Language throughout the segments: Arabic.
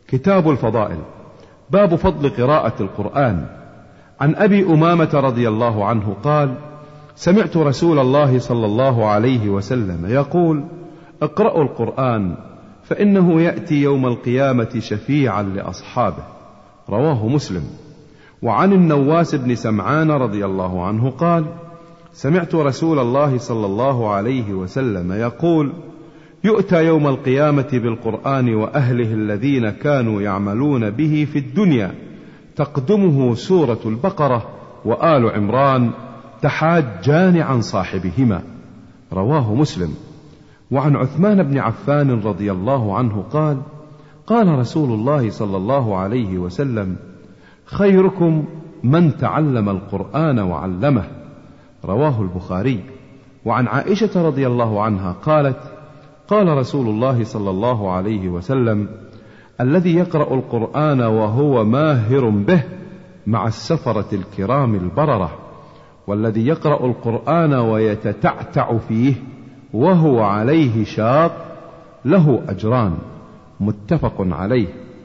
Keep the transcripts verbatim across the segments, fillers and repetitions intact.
كتاب الفضائل. باب فضل قراءة القرآن. عن أبي أمامة رضي الله عنه قال: سمعت رسول الله صلى الله عليه وسلم يقول: اقرأوا القرآن فإنه يأتي يوم القيامة شفيعا لأصحابه. رواه مسلم. وعن النواس بن سمعان رضي الله عنه قال: سمعت رسول الله صلى الله عليه وسلم يقول: يؤتى يوم القيامة بالقرآن وأهله الذين كانوا يعملون به في الدنيا، تقدمه سورة البقرة وآل عمران تحاجان عن صاحبهما. رواه مسلم. وعن عثمان بن عفان رضي الله عنه قال: قال رسول الله صلى الله عليه وسلم: خيركم من تعلم القرآن وعلمه. رواه البخاري. وعن عائشة رضي الله عنها قالت: قال رسول الله صلى الله عليه وسلم: الذي يقرأ القرآن وهو ماهر به مع السفرة الكرام البررة، والذي يقرأ القرآن ويتتعتع فيه وهو عليه شاق له أجران. متفق عليه.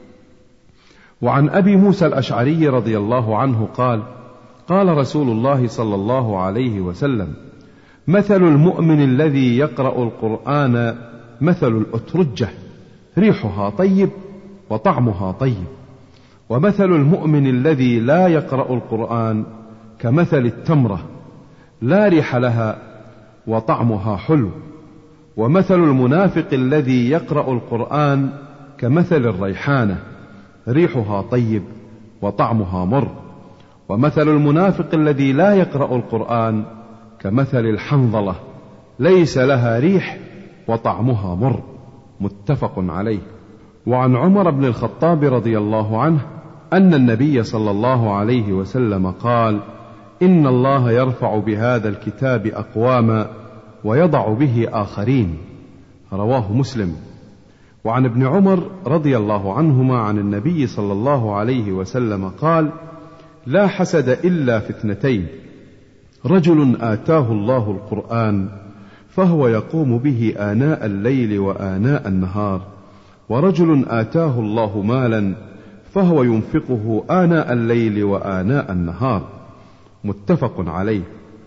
وعن أبي موسى الأشعري رضي الله عنه قال: قال رسول الله صلى الله عليه وسلم: مثل المؤمن الذي يقرأ القرآن مثل الأترجة، ريحها طيب وطعمها طيب. ومثل المؤمن الذي لا يقرأ القرآن كمثل التمرة، لا ريح لها وطعمها حلو. ومثل المنافق الذي يقرأ القرآن كمثل الريحانة، ريحها طيب وطعمها مر. ومثل المنافق الذي لا يقرأ القرآن كمثل الحنظلة، ليس لها ريح وطعمها مر. متفق عليه. وعن عمر بن الخطاب رضي الله عنه أن النبي صلى الله عليه وسلم قال: إن الله يرفع بهذا الكتاب أقواما ويضع به آخرين. رواه مسلم. وعن ابن عمر رضي الله عنهما عن النبي صلى الله عليه وسلم قال: لا حسد إلا في اثنتين: رجل آتاه الله القرآن فهو يقوم به آناء الليل وآناء النهار، ورجل آتاه الله مالا فهو ينفقه آناء الليل وآناء النهار. متفق عليه.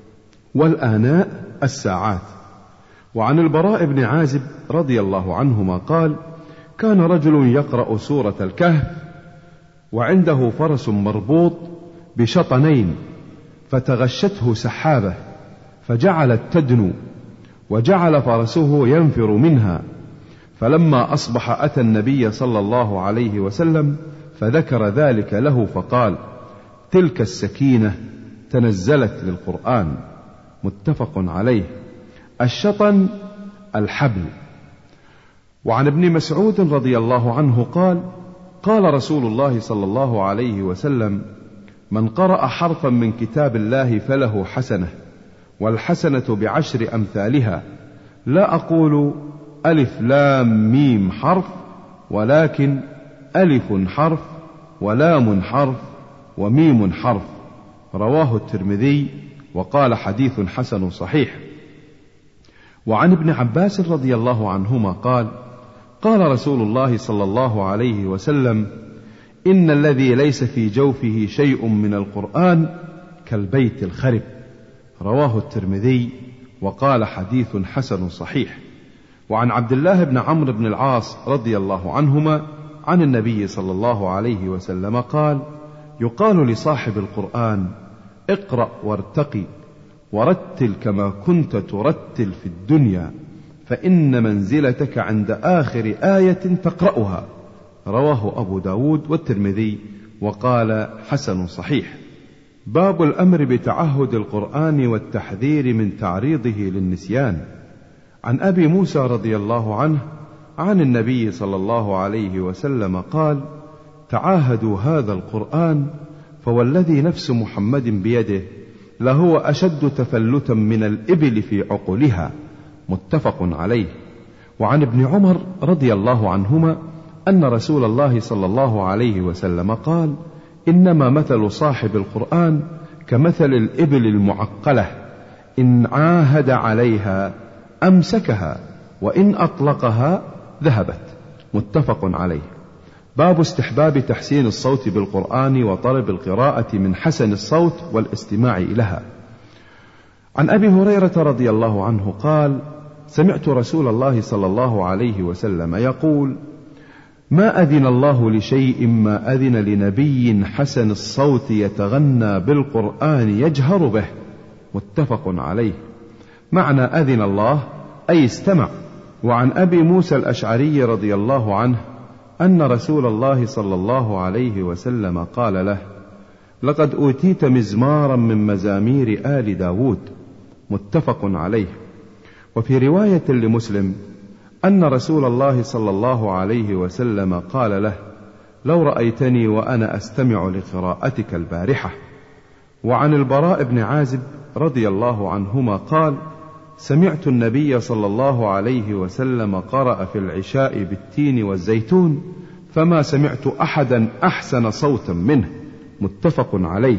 والآناء الساعات. وعن البراء بن عازب رضي الله عنهما قال: كان رجل يقرأ سورة الكهف وعنده فرس مربوط بشطنين، فتغشته سحابة فجعلت تدنو، وجعل فرسه ينفر منها. فلما أصبح أتى النبي صلى الله عليه وسلم فذكر ذلك له فقال: تلك السكينة تنزلت للقرآن. متفق عليه. الشطن الحبل. وعن ابن مسعود رضي الله عنه قال: قال رسول الله صلى الله عليه وسلم: من قرأ حرفا من كتاب الله فله حسنة، والحسنة بعشر أمثالها، لا أقول ألف لام ميم حرف، ولكن ألف حرف ولام حرف وميم حرف. رواه الترمذي وقال حديث حسن صحيح. وعن ابن عباس رضي الله عنهما قال: قال رسول الله صلى الله عليه وسلم: إن الذي ليس في جوفه شيء من القرآن كالبيت الخرب. رواه الترمذي وقال حديث حسن صحيح. وعن عبد الله بن عمرو بن العاص رضي الله عنهما عن النبي صلى الله عليه وسلم قال: يقال لصاحب القرآن: اقرأ وارتقي ورتل كما كنت ترتل في الدنيا، فإن منزلتك عند آخر آية تقرأها. رواه أبو داود والترمذي وقال حسن صحيح. باب الأمر بتعهد القرآن والتحذير من تعريضه للنسيان. عن أبي موسى رضي الله عنه عن النبي صلى الله عليه وسلم قال: تعاهدوا هذا القرآن، فوالذي نفس محمد بيده لهو أشد تفلتا من الإبل في عقلها. متفق عليه. وعن ابن عمر رضي الله عنهما أن رسول الله صلى الله عليه وسلم قال: إنما مثل صاحب القرآن كمثل الإبل المعقلة، إن عاهد عليها أمسكها، وإن أطلقها ذهبت. متفق عليه. باب استحباب تحسين الصوت بالقرآن وطلب القراءة من حسن الصوت والاستماع لها. عن أبي هريرة رضي الله عنه قال: سمعت رسول الله صلى الله عليه وسلم يقول: ما أذن الله لشيء ما أذن لنبي حسن الصوت يتغنى بالقرآن يجهر به. متفق عليه. معنى أذن الله أي استمع. وعن أبي موسى الأشعري رضي الله عنه أن رسول الله صلى الله عليه وسلم قال له: لقد أوتيت مزمارا من مزامير آل داود. متفق عليه. وفي رواية لمسلم أن رسول الله صلى الله عليه وسلم قال له: لو رأيتني وأنا أستمع لقراءتك البارحة. وعن البراء بن عازب رضي الله عنهما قال: سمعت النبي صلى الله عليه وسلم قرأ في العشاء بالتين والزيتون فما سمعت أحدا أحسن صوتا منه. متفق عليه.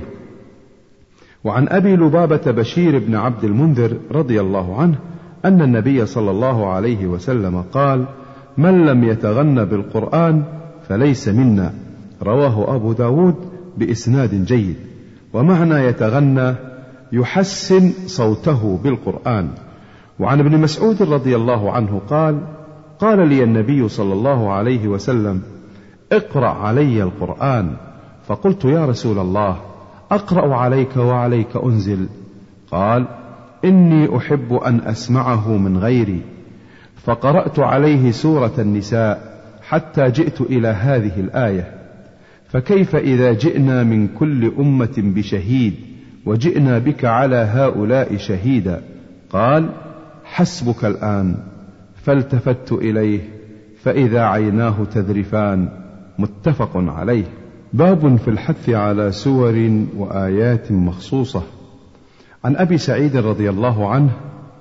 وعن أبي لبابة بشير بن عبد المنذر رضي الله عنه أن النبي صلى الله عليه وسلم قال: من لم يتغن بالقرآن فليس منا. رواه أبو داود بإسناد جيد. ومعنى يتغنى يحسن صوته بالقرآن. وعن ابن مسعود رضي الله عنه قال: قال لي النبي صلى الله عليه وسلم: اقرأ علي القرآن. فقلت: يا رسول الله، أقرأ عليك وعليك أنزل؟ قال: إني أحب أن أسمعه من غيري. فقرأت عليه سورة النساء حتى جئت إلى هذه الآية: فكيف إذا جئنا من كل أمة بشهيد وجئنا بك على هؤلاء شهيدا؟ قال: حسبك الآن. فالتفت إليه فإذا عيناه تذرفان. متفق عليه. باب في الحث على سور وآيات مخصوصة. عن أبي سعيد رضي الله عنه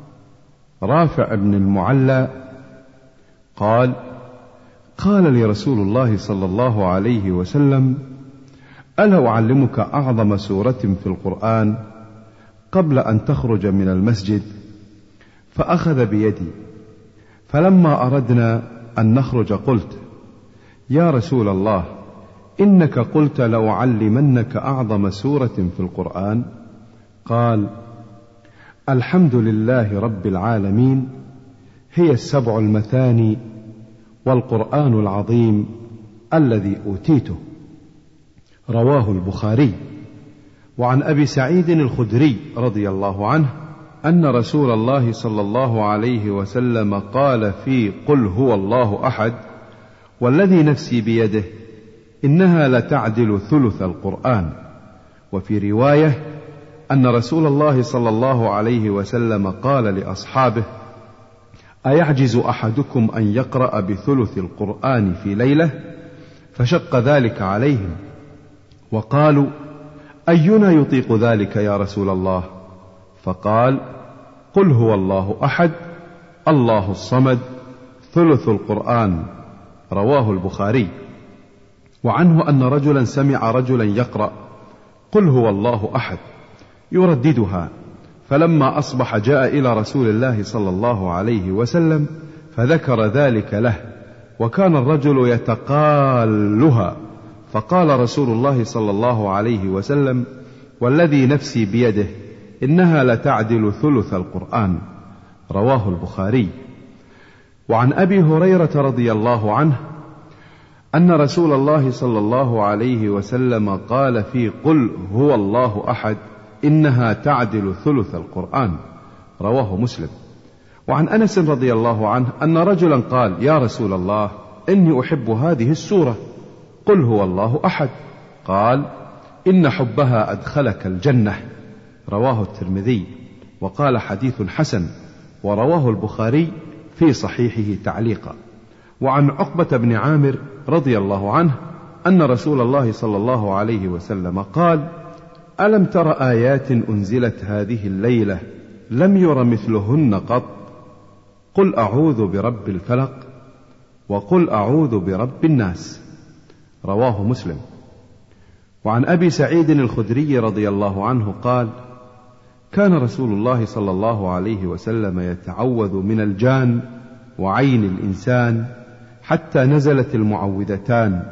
رافع بن المعلى قال: قال لي رسول الله صلى الله عليه وسلم: ألا أعلمك أعظم سورة في القرآن قبل أن تخرج من المسجد؟ فأخذ بيدي، فلما أردنا أن نخرج قلت: يا رسول الله، إنك قلت لأعلمنك أعظم سورة في القرآن. قال: الحمد لله رب العالمين، هي السبع المثاني والقرآن العظيم الذي أوتيته. رواه البخاري. وعن أبي سعيد الخدري رضي الله عنه أن رسول الله صلى الله عليه وسلم قال في قل هو الله أحد: والذي نفسي بيده إنها لتعدل ثلث القرآن. وفي رواية أن رسول الله صلى الله عليه وسلم قال لأصحابه: أيعجز أحدكم أن يقرأ بثلث القرآن في ليلة؟ فشق ذلك عليهم، وقالوا: أينا يطيق ذلك يا رسول الله؟ فقال: قل هو الله أحد الله الصمد ثلث القرآن. رواه البخاري. وعنه أن رجلا سمع رجلا يقرأ قل هو الله أحد يرددها، فلما أصبح جاء إلى رسول الله صلى الله عليه وسلم فذكر ذلك له، وكان الرجل يتقالها، فقال رسول الله صلى الله عليه وسلم: والذي نفسي بيده إنها لتعدل ثلث القرآن. رواه البخاري. وعن أبي هريرة رضي الله عنه أن رسول الله صلى الله عليه وسلم قال في قل هو الله أحد: إنها تعدل ثلث القرآن. رواه مسلم. وعن أنس رضي الله عنه أن رجلا قال: يا رسول الله، إني أحب هذه السورة قل هو الله أحد. قال: إن حبها أدخلك الجنة. رواه الترمذي، وقال حديث حسن، ورواه البخاري في صحيحه تعليقا. وعن عقبة بن عامر رضي الله عنه أن رسول الله صلى الله عليه وسلم قال: ألم تر آيات أنزلت هذه الليلة لم ير مثلهن قط؟ قل أعوذ برب الفلق وقل أعوذ برب الناس. رواه مسلم. وعن أبي سعيد الخدري رضي الله عنه قال: كان رسول الله صلى الله عليه وسلم يتعوذ من الجان وعين الإنسان حتى نزلت المعوذتان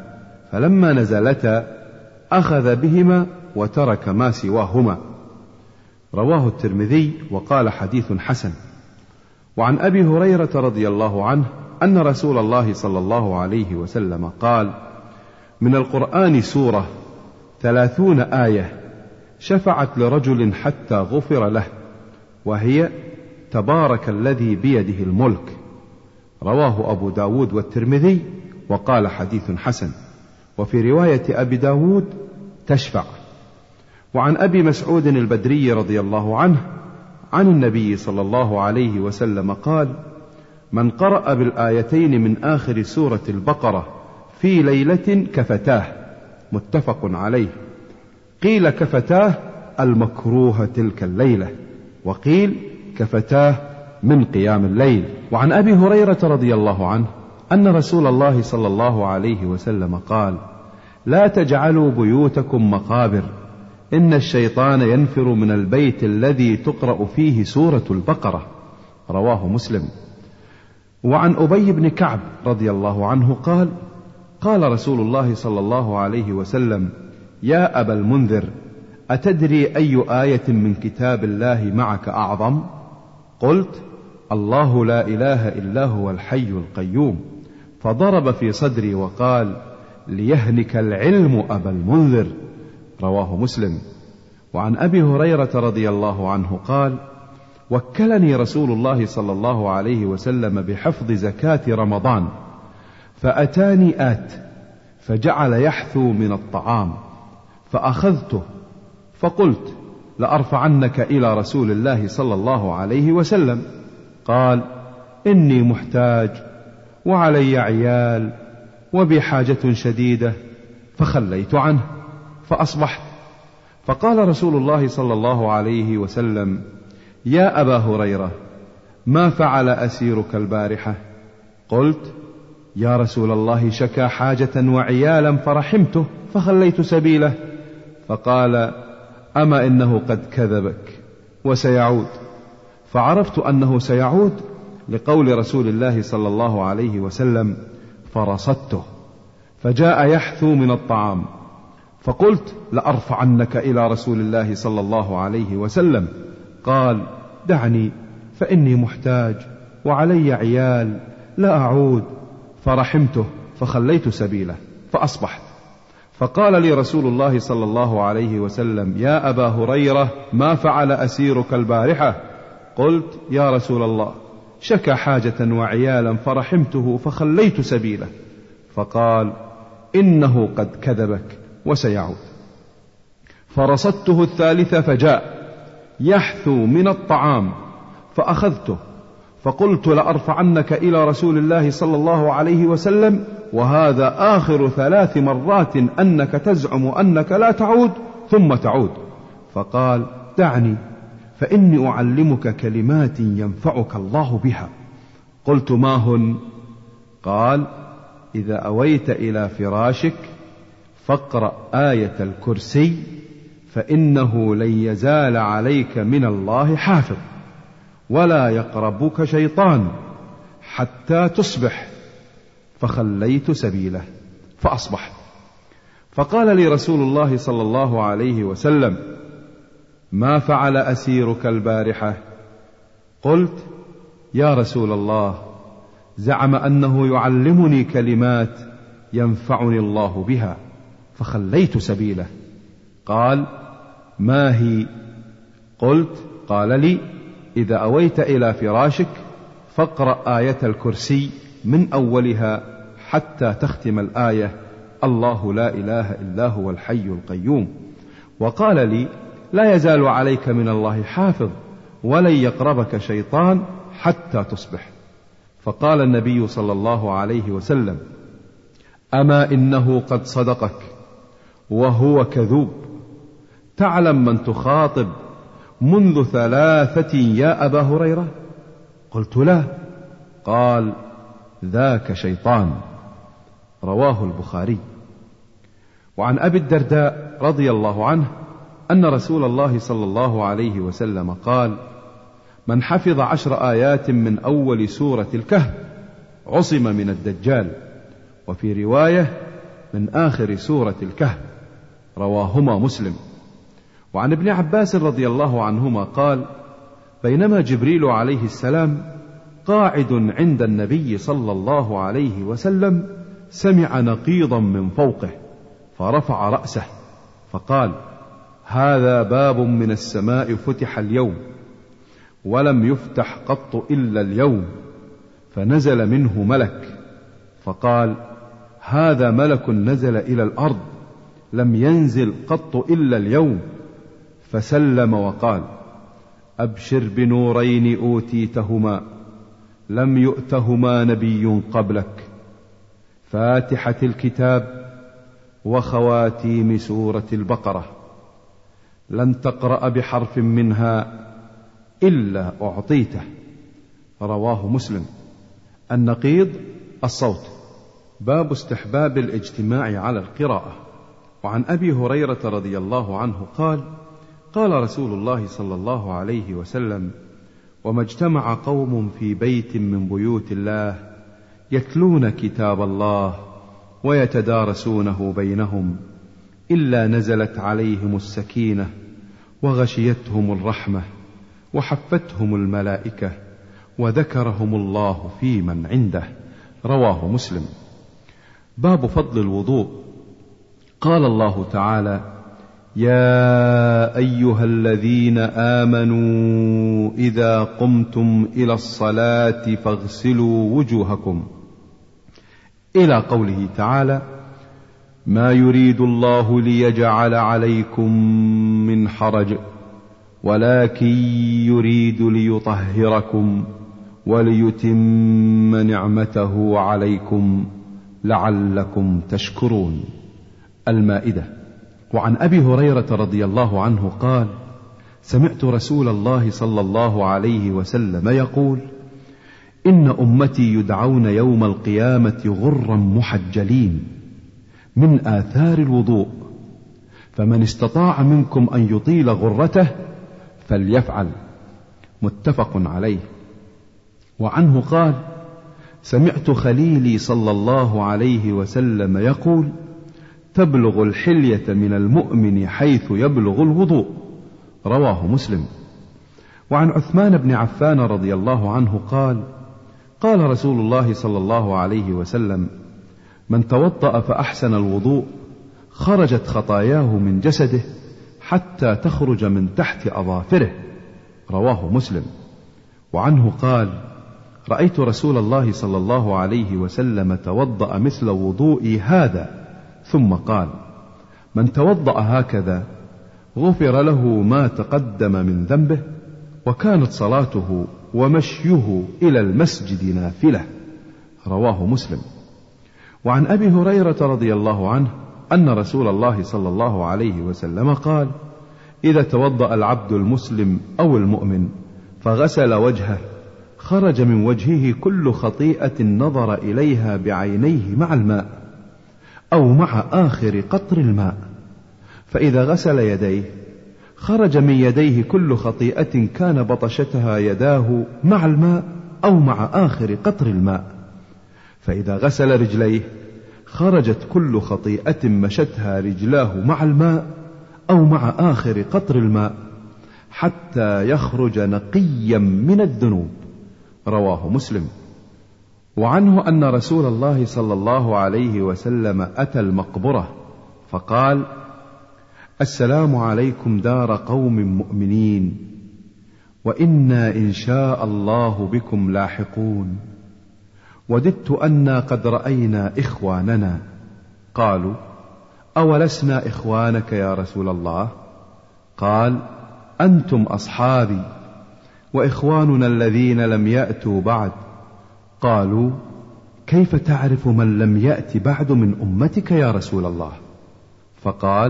فلما نزلتا أخذ بهما وترك ما سواهما. رواه الترمذي وقال حديث حسن. وعن أبي هريرة رضي الله عنه أن رسول الله صلى الله عليه وسلم قال: من القرآن سورة ثلاثون آية شفعت لرجل حتى غفر له، وهي تبارك الذي بيده الملك. رواه أبو داود والترمذي وقال حديث حسن. وفي رواية أبي داود تشفع. وعن أبي مسعود البدري رضي الله عنه عن النبي صلى الله عليه وسلم قال: من قرأ بالآيتين من آخر سورة البقرة في ليلة كفتاه. متفق عليه. قيل كفتاه المكروه تلك الليلة، وقيل كفتاه من قيام الليل. وعن أبي هريرة رضي الله عنه أن رسول الله صلى الله عليه وسلم قال: لا تجعلوا بيوتكم مقابر، إن الشيطان ينفر من البيت الذي تقرأ فيه سورة البقرة. رواه مسلم. وعن أبي بن كعب رضي الله عنه قال: قال رسول الله صلى الله عليه وسلم: يا أبا المنذر، أتدري أي آية من كتاب الله معك أعظم؟ قلت: الله لا إله إلا هو الحي القيوم. فضرب في صدري وقال: ليهنك العلم أبا المنذر. رواه مسلم. وعن أبي هريرة رضي الله عنه قال: وكلني رسول الله صلى الله عليه وسلم بحفظ زكاة رمضان، فأتاني آت فجعل يحثو من الطعام، فأخذته فقلت: لأرفعنك إلى رسول الله صلى الله عليه وسلم. قال: إني محتاج وعلي عيال وبحاجة شديدة، فخليت عنه فأصبحت. فقال رسول الله صلى الله عليه وسلم: يا أبا هريرة، ما فعل أسيرك البارحة؟ قلت: يا رسول الله، شكا حاجة وعيالا فرحمته فخليت سبيله. فقال: أما إنه قد كذبك وسيعود. فعرفت أنه سيعود لقول رسول الله صلى الله عليه وسلم: فرصدته، فجاء يحثو من الطعام، فقلت: لأرفعنك إلى رسول الله صلى الله عليه وسلم. قال: دعني فإني محتاج وعلي عيال لا أعود. فرحمته فخليت سبيله فأصبحت. فقال لي رسول الله صلى الله عليه وسلم: يا أبا هريرة، ما فعل أسيرك البارحة؟ قلت: يا رسول الله، شكا حاجة وعيالا فرحمته فخليت سبيله. فقال: إنه قد كذبك وسيعود. فرصدته الثالثة فجاء يحثو من الطعام، فأخذته فقلت: لأرفعنك إلى رسول الله صلى الله عليه وسلم، وهذا آخر ثلاث مرات أنك تزعم أنك لا تعود ثم تعود. فقال: دعني فإني أعلمك كلمات ينفعك الله بها. قلت: ما هن؟ قال: إذا أويت إلى فراشك فاقرأ آية الكرسي، فإنه لن يزال عليك من الله حافظ، ولا يقربك شيطان حتى تصبح. فخليت سبيله فأصبحت. فقال لي رسول الله صلى الله عليه وسلم: ما فعل أسيرك البارحة؟ قلت: يا رسول الله، زعم أنه يعلمني كلمات ينفعني الله بها، فخليت سبيله. قال: ما هي؟ قلت: قال لي: إذا أويت إلى فراشك فاقرأ آية الكرسي من أولها حتى تختم الآية: الله لا إله إلا هو الحي القيوم. وقال لي: لا يزال عليك من الله حافظ، ولن يقربك شيطان حتى تصبح. فقال النبي صلى الله عليه وسلم: أما إنه قد صدقك وهو كذوب. تعلم من تخاطب منذ ثلاثة يا أبا هريرة؟ قلت: لا. قال: ذاك شيطان. رواه البخاري. وعن أبي الدرداء رضي الله عنه أن رسول الله صلى الله عليه وسلم قال: من حفظ عشر آيات من أول سورة الكهف عصم من الدجال. وفي رواية: من آخر سورة الكهف، رواهما مسلم. وعن ابن عباس رضي الله عنهما قال: بينما جبريل عليه السلام قاعد عند النبي صلى الله عليه وسلم سمع نقيضا من فوقه، فرفع رأسه فقال: هذا باب من السماء فتح اليوم ولم يفتح قط إلا اليوم. فنزل منه ملك فقال: هذا ملك نزل إلى الأرض لم ينزل قط إلا اليوم. فسلم وقال: أبشر بنورين أوتيتهما لم يؤتهما نبي قبلك، فاتحة الكتاب وخواتيم سورة البقرة، لن تقرأ بحرف منها إلا أعطيته. رواه مسلم. النقيض الصوت. باب استحباب الاجتماع على القراءة. وعن أبي هريرة رضي الله عنه قال: قال رسول الله صلى الله عليه وسلم: وما اجتمع قوم في بيت من بيوت الله يتلون كتاب الله ويتدارسونه بينهم إلا نزلت عليهم السكينة وغشيتهم الرحمة وحفتهم الملائكة وذكرهم الله في من عنده. رواه مسلم. باب فضل الوضوء. قال الله تعالى: يا أيها الذين آمنوا إذا قمتم إلى الصلاة فاغسلوا وجوهكم، إلى قوله تعالى: ما يريد الله ليجعل عليكم من حرج ولكن يريد ليطهركم وليتم نعمته عليكم لعلكم تشكرون. المائدة. وعن أبي هريرة رضي الله عنه قال: سمعت رسول الله صلى الله عليه وسلم يقول: إن أمتي يدعون يوم القيامة غرا محجلين من آثار الوضوء، فمن استطاع منكم أن يطيل غرته فليفعل. متفق عليه. وعنه قال: سمعت خليلي صلى الله عليه وسلم يقول: تبلغ الحلية من المؤمن حيث يبلغ الوضوء. رواه مسلم. وعن عثمان بن عفان رضي الله عنه قال: قال رسول الله صلى الله عليه وسلم: من توضأ فأحسن الوضوء خرجت خطاياه من جسده حتى تخرج من تحت أظافره. رواه مسلم. وعنه قال: رأيت رسول الله صلى الله عليه وسلم توضأ مثل وضوئي هذا، ثم قال: من توضأ هكذا غفر له ما تقدم من ذنبه، وكانت صلاته ومشيه إلى المسجد نافلة. رواه مسلم. وعن أبي هريرة رضي الله عنه أن رسول الله صلى الله عليه وسلم قال: إذا توضأ العبد المسلم أو المؤمن فغسل وجهه خرج من وجهه كل خطيئة نظر إليها بعينيه مع الماء أو مع آخر قطر الماء، فإذا غسل يديه خرج من يديه كل خطيئة كان بطشتها يداه مع الماء أو مع آخر قطر الماء، فإذا غسل رجليه خرجت كل خطيئة مشتها رجلاه مع الماء أو مع آخر قطر الماء حتى يخرج نقيا من الذنوب. رواه مسلم. وعنه أن رسول الله صلى الله عليه وسلم أتى المقبرة فقال: السلام عليكم دار قوم مؤمنين، وإنا إن شاء الله بكم لاحقون، وددت أنا قد رأينا إخواننا. قالوا: أولسنا إخوانك يا رسول الله؟ قال: أنتم أصحابي وإخواننا الذين لم يأتوا بعد. قالوا: كيف تعرف من لم يأت بعد من أمتك يا رسول الله؟ فقال: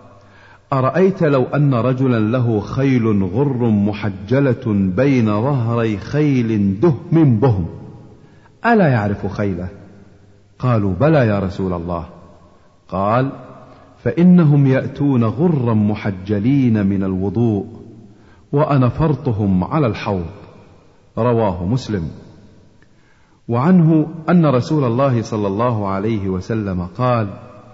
أرأيت لو أن رجلا له خيل غر محجلة بين ظهري خيل دهم بهم، ألا يعرف خيله؟ قالوا: بلى يا رسول الله. قال: فإنهم يأتون غرا محجلين من الوضوء، وأنا فرطهم على الحوض. رواه مسلم. وعنه أن رسول الله صلى الله عليه وسلم قال: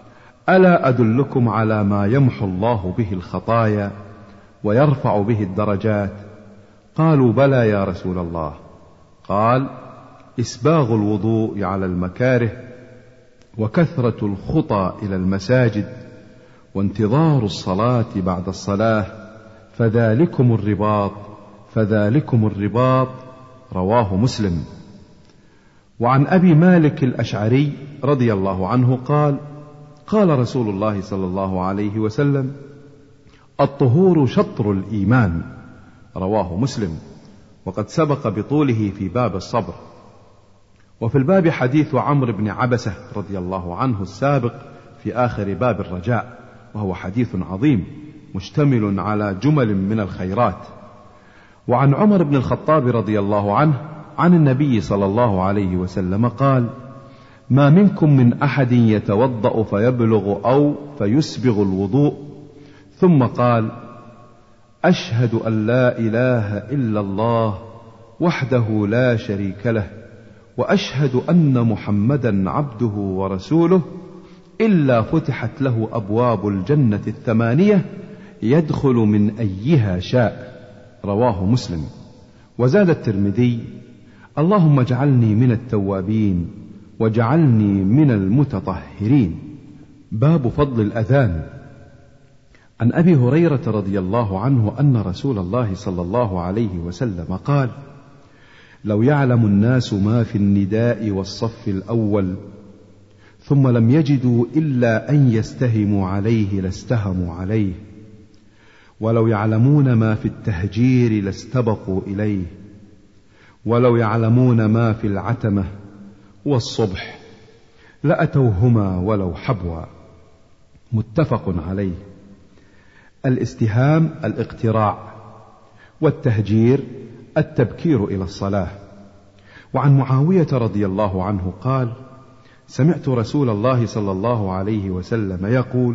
ألا أدلكم على ما يمحو الله به الخطايا ويرفع به الدرجات؟ قالوا بلى يا رسول الله. قال: إسباغ الوضوء على المكاره، وكثرة الخطى إلى المساجد، وانتظار الصلاة بعد الصلاة، فذلكم الرباط فذلكم الرباط. رواه مسلم. وعن أبي مالك الأشعري رضي الله عنه قال: قال رسول الله صلى الله عليه وسلم: الطهور شطر الإيمان. رواه مسلم، وقد سبق بطوله في باب الصبر. وفي الباب حديث عمرو بن عبسة رضي الله عنه السابق في آخر باب الرجاء، وهو حديث عظيم مشتمل على جمل من الخيرات. وعن عمر بن الخطاب رضي الله عنه عن النبي صلى الله عليه وسلم قال: ما منكم من أحد يتوضأ فيبلغ أو فيسبغ الوضوء ثم قال: أشهد أن لا إله إلا الله وحده لا شريك له، وأشهد أن محمدا عبده ورسوله، إلا فتحت له أبواب الجنة الثمانية يدخل من أيها شاء. رواه مسلم. وزاد الترمذي: اللهم اجعلني من التوابين واجعلني من المتطهرين. باب فضل الأذان. عن أبي هريرة رضي الله عنه أن رسول الله صلى الله عليه وسلم قال: لو يعلم الناس ما في النداء والصف الأول ثم لم يجدوا إلا أن يستهموا عليه لاستهموا عليه، ولو يعلمون ما في التهجير لاستبقوا إليه، ولو يعلمون ما في العتمة والصبح لأتوهما ولو حبوا. متفق عليه. الاستهام الاقتراع، والتهجير التبكير إلى الصلاة. وعن معاوية رضي الله عنه قال: سمعت رسول الله صلى الله عليه وسلم يقول: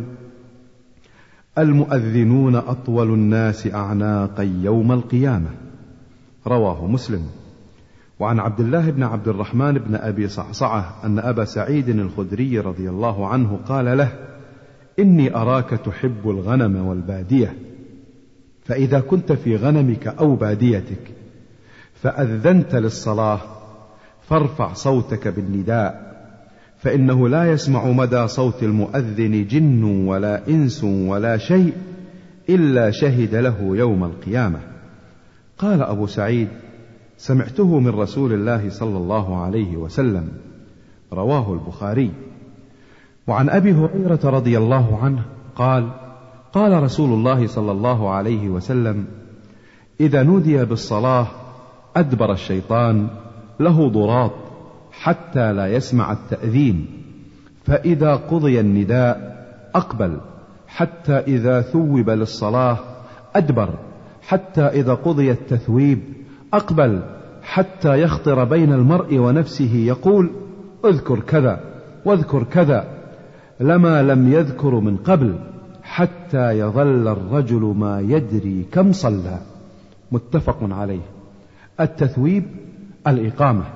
المؤذنون أطول الناس أعناقا يوم القيامة. رواه مسلم. وعن عبد الله بن عبد الرحمن بن أبي صعصعة أن أبا سعيد الخدري رضي الله عنه قال له: إني أراك تحب الغنم والبادية، فإذا كنت في غنمك أو باديتك فأذنت للصلاة فارفع صوتك بالنداء، فإنه لا يسمع مدى صوت المؤذن جن ولا إنس ولا شيء إلا شهد له يوم القيامة. قال أبو سعيد: سمعته من رسول الله صلى الله عليه وسلم. رواه البخاري. وعن أبي هريرة رضي الله عنه قال: قال رسول الله صلى الله عليه وسلم: إذا نودي بالصلاة أدبر الشيطان له ضراط حتى لا يسمع التأذين، فإذا قضي النداء أقبل حتى إذا ثوب للصلاة أدبر، حتى إذا قضي التثويب أقبل، حتى يخطر بين المرء ونفسه يقول: اذكر كذا واذكر كذا، لما لم يذكر من قبل، حتى يظل الرجل ما يدري كم صلى. متفق عليه. التثويب الإقامة.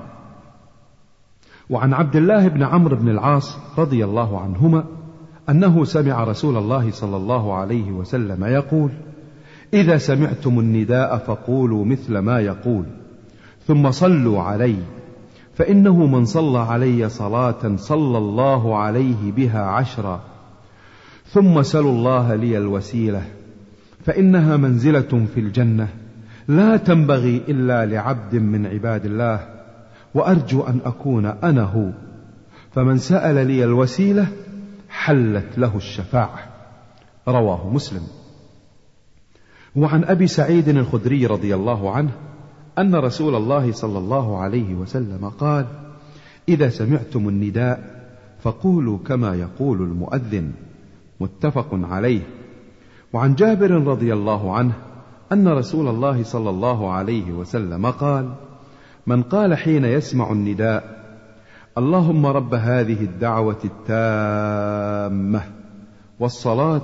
وعن عبد الله بن عمرو بن العاص رضي الله عنهما أنه سمع رسول الله صلى الله عليه وسلم يقول: إذا سمعتم النداء فقولوا مثل ما يقول، ثم صلوا علي، فإنه من صلى علي صلاة صلى الله عليه بها عشرا، ثم سلوا الله لي الوسيلة، فإنها منزلة في الجنة لا تنبغي إلا لعبد من عباد الله، وأرجو أن أكون أنا هو، فمن سأل لي الوسيلة حلت له الشفاعة. رواه مسلم. وعن أبي سعيد الخدري رضي الله عنه أن رسول الله صلى الله عليه وسلم قال: إذا سمعتم النداء فقولوا كما يقول المؤذن. متفق عليه. وعن جابر رضي الله عنه أن رسول الله صلى الله عليه وسلم قال: من قال حين يسمع النداء: اللهم رب هذه الدعوة التامة والصلاة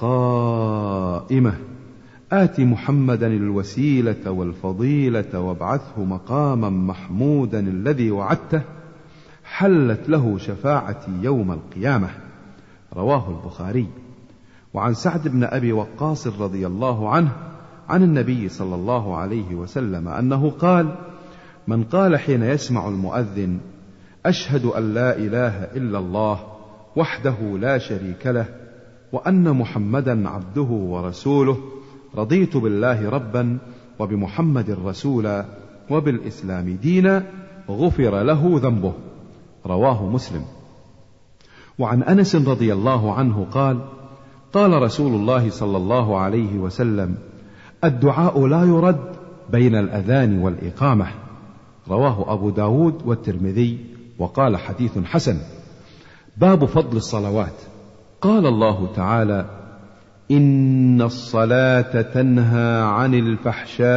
القائمة آت محمدا الوسيلة والفضيلة وابعثه مقاما محمودا الذي وعدته، حلت له شفاعتي يوم القيامة. رواه البخاري. وعن سعد بن أبي وقاص رضي الله عنه عن النبي صلى الله عليه وسلم أنه قال: من قال حين يسمع المؤذن: أشهد أن لا إله إلا الله وحده لا شريك له وأن محمدا عبده ورسوله، رضيت بالله ربا وبمحمد رسولا وبالإسلام دينا، غفر له ذنبه. رواه مسلم. وعن أنس رضي الله عنه قال: قال رسول الله صلى الله عليه وسلم: الدعاء لا يرد بين الأذان والإقامة. رواه أبو داود والترمذي وقال حديث حسن. باب فضل الصلوات. قال الله تعالى: إن الصلاة تنهى عن الفحشاء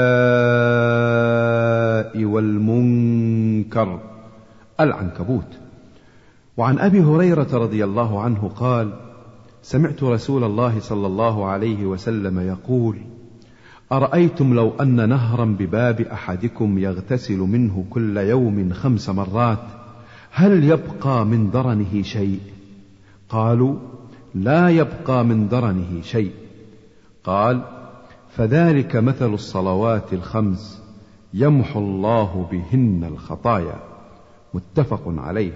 والمنكر. العنكبوت. وعن أبي هريرة رضي الله عنه قال: سمعت رسول الله صلى الله عليه وسلم يقول: أرأيتم لو أن نهرا بباب أحدكم يغتسل منه كل يوم خمس مرات هل يبقى من درنه شيء؟ قالوا: لا يبقى من درنه شيء. قال: فذلك مثل الصلوات الخمس يمحو الله بهن الخطايا. متفق عليه.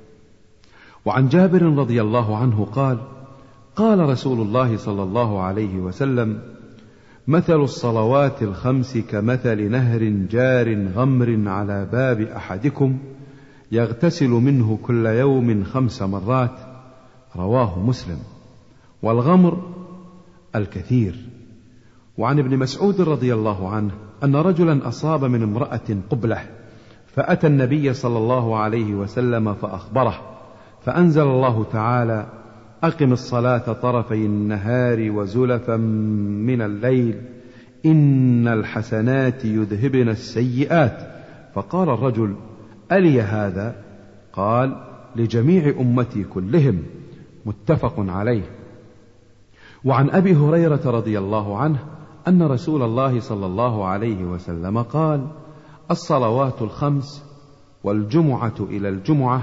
وعن جابر رضي الله عنه قال: قال رسول الله صلى الله عليه وسلم: مثل الصلوات الخمس كمثل نهر جار غمر على باب أحدكم يغتسل منه كل يوم خمس مرات. رواه مسلم. والغمر الكثير. وعن ابن مسعود رضي الله عنه أن رجلا أصاب من امرأة قبلة، فأتى النبي صلى الله عليه وسلم فأخبره، فأنزل الله تعالى: أقم الصلاة طرفي النهار وزلفا من الليل إن الحسنات يذهبن السيئات. فقال الرجل: ألي هذا؟ قال: لجميع أمتي كلهم. متفق عليه. وعن أبي هريرة رضي الله عنه أن رسول الله صلى الله عليه وسلم قال: الصلوات الخمس والجمعة إلى الجمعة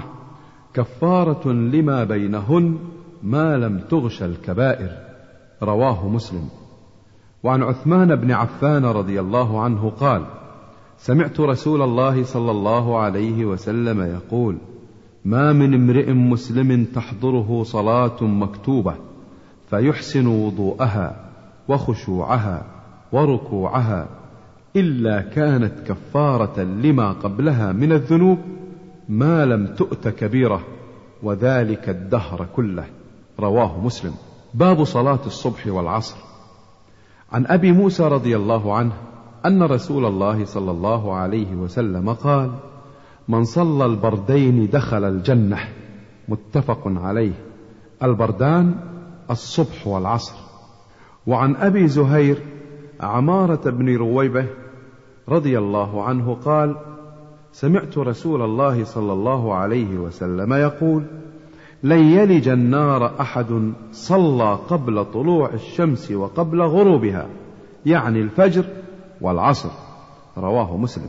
كفارة لما بينهن ما لم تغش الكبائر. رواه مسلم. وعن عثمان بن عفان رضي الله عنه قال: سمعت رسول الله صلى الله عليه وسلم يقول: ما من امرئ مسلم تحضره صلاة مكتوبة فيحسن وضوءها وخشوعها وركوعها إلا كانت كفارة لما قبلها من الذنوب ما لم تؤت كبيرة، وذلك الدهر كله. رواه مسلم. باب صلاة الصبح والعصر. عن أبي موسى رضي الله عنه أن رسول الله صلى الله عليه وسلم قال: من صلى البردين دخل الجنة. متفق عليه. البردان الصبح والعصر. وعن أبي زهير عمارة بن رويبة رضي الله عنه قال: سمعت رسول الله صلى الله عليه وسلم يقول: لن يلج النار أحد صلى قبل طلوع الشمس وقبل غروبها، يعني الفجر والعصر. رواه مسلم.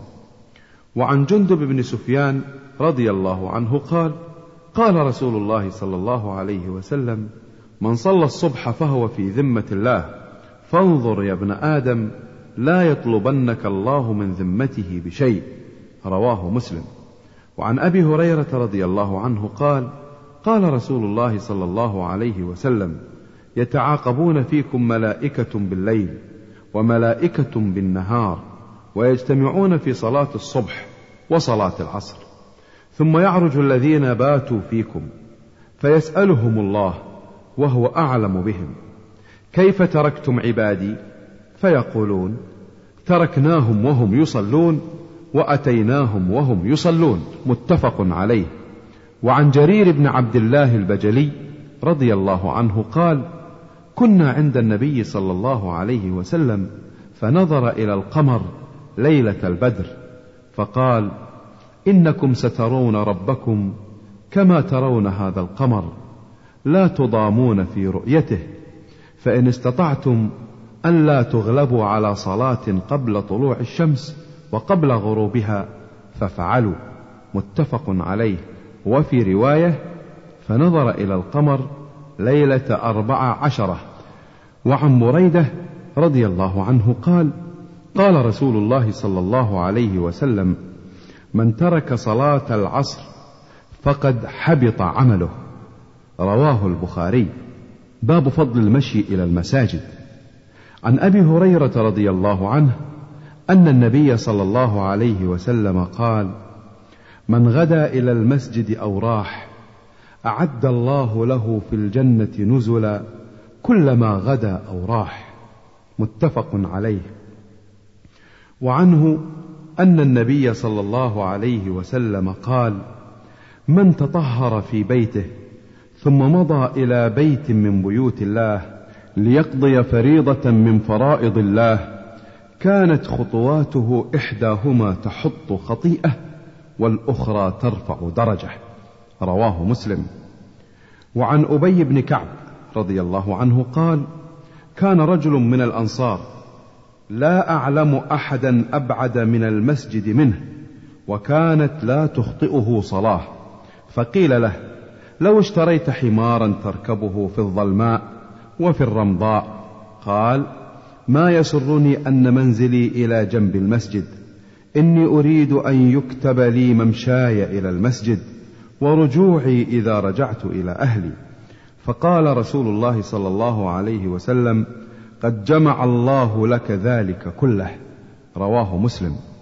وعن جندب بن سفيان رضي الله عنه قال: قال رسول الله صلى الله عليه وسلم: من صلى الصبح فهو في ذمة الله، فانظر يا ابن آدم لا يطلبنك الله من ذمته بشيء. رواه مسلم. وعن أبي هريرة رضي الله عنه قال: قال رسول الله صلى الله عليه وسلم: يتعاقبون فيكم ملائكة بالليل وملائكة بالنهار، ويجتمعون في صلاة الصبح وصلاة العصر، ثم يعرج الذين باتوا فيكم فيسألهم الله وهو أعلم بهم: كيف تركتم عبادي؟ فيقولون: تركناهم وهم يصلون وأتيناهم وهم يصلون. متفق عليه. وعن جرير بن عبد الله البجلي رضي الله عنه قال: كنا عند النبي صلى الله عليه وسلم فنظر إلى القمر ليلة البدر فقال: إنكم سترون ربكم كما ترون هذا القمر، لا تضامون في رؤيته، فإن استطعتم أن لا تغلبوا على صلاة قبل طلوع الشمس وقبل غروبها ففعلوا. متفق عليه. وفي رواية: فنظر إلى القمر ليلة أربع عشرة. وعن بريدة رضي الله عنه قال قال رسول الله صلى الله عليه وسلم: من ترك صلاة العصر فقد حبط عمله. رواه البخاري. باب فضل المشي إلى المساجد. عن أبي هريرة رضي الله عنه أن النبي صلى الله عليه وسلم قال: من غدا إلى المسجد أو راح أعد الله له في الجنة نزلا كلما غدا أو راح. متفق عليه. وعنه أن النبي صلى الله عليه وسلم قال: من تطهر في بيته ثم مضى إلى بيت من بيوت الله ليقضي فريضة من فرائض الله كانت خطواته إحداهما تحط خطيئة والأخرى ترفع درجة. رواه مسلم. وعن أبي بن كعب رضي الله عنه قال: كان رجل من الأنصار لا أعلم أحدا أبعد من المسجد منه وكانت لا تخطئه صلاة، فقيل له: لو اشتريت حمارا تركبه في الظلماء وفي الرمضاء. قال: ما يسرني أن منزلي إلى جنب المسجد، إني أريد أن يكتب لي ممشاي إلى المسجد ورجوعي إذا رجعت إلى أهلي. فقال رسول الله صلى الله عليه وسلم: قد جمع الله لك ذلك كله. رواه مسلم.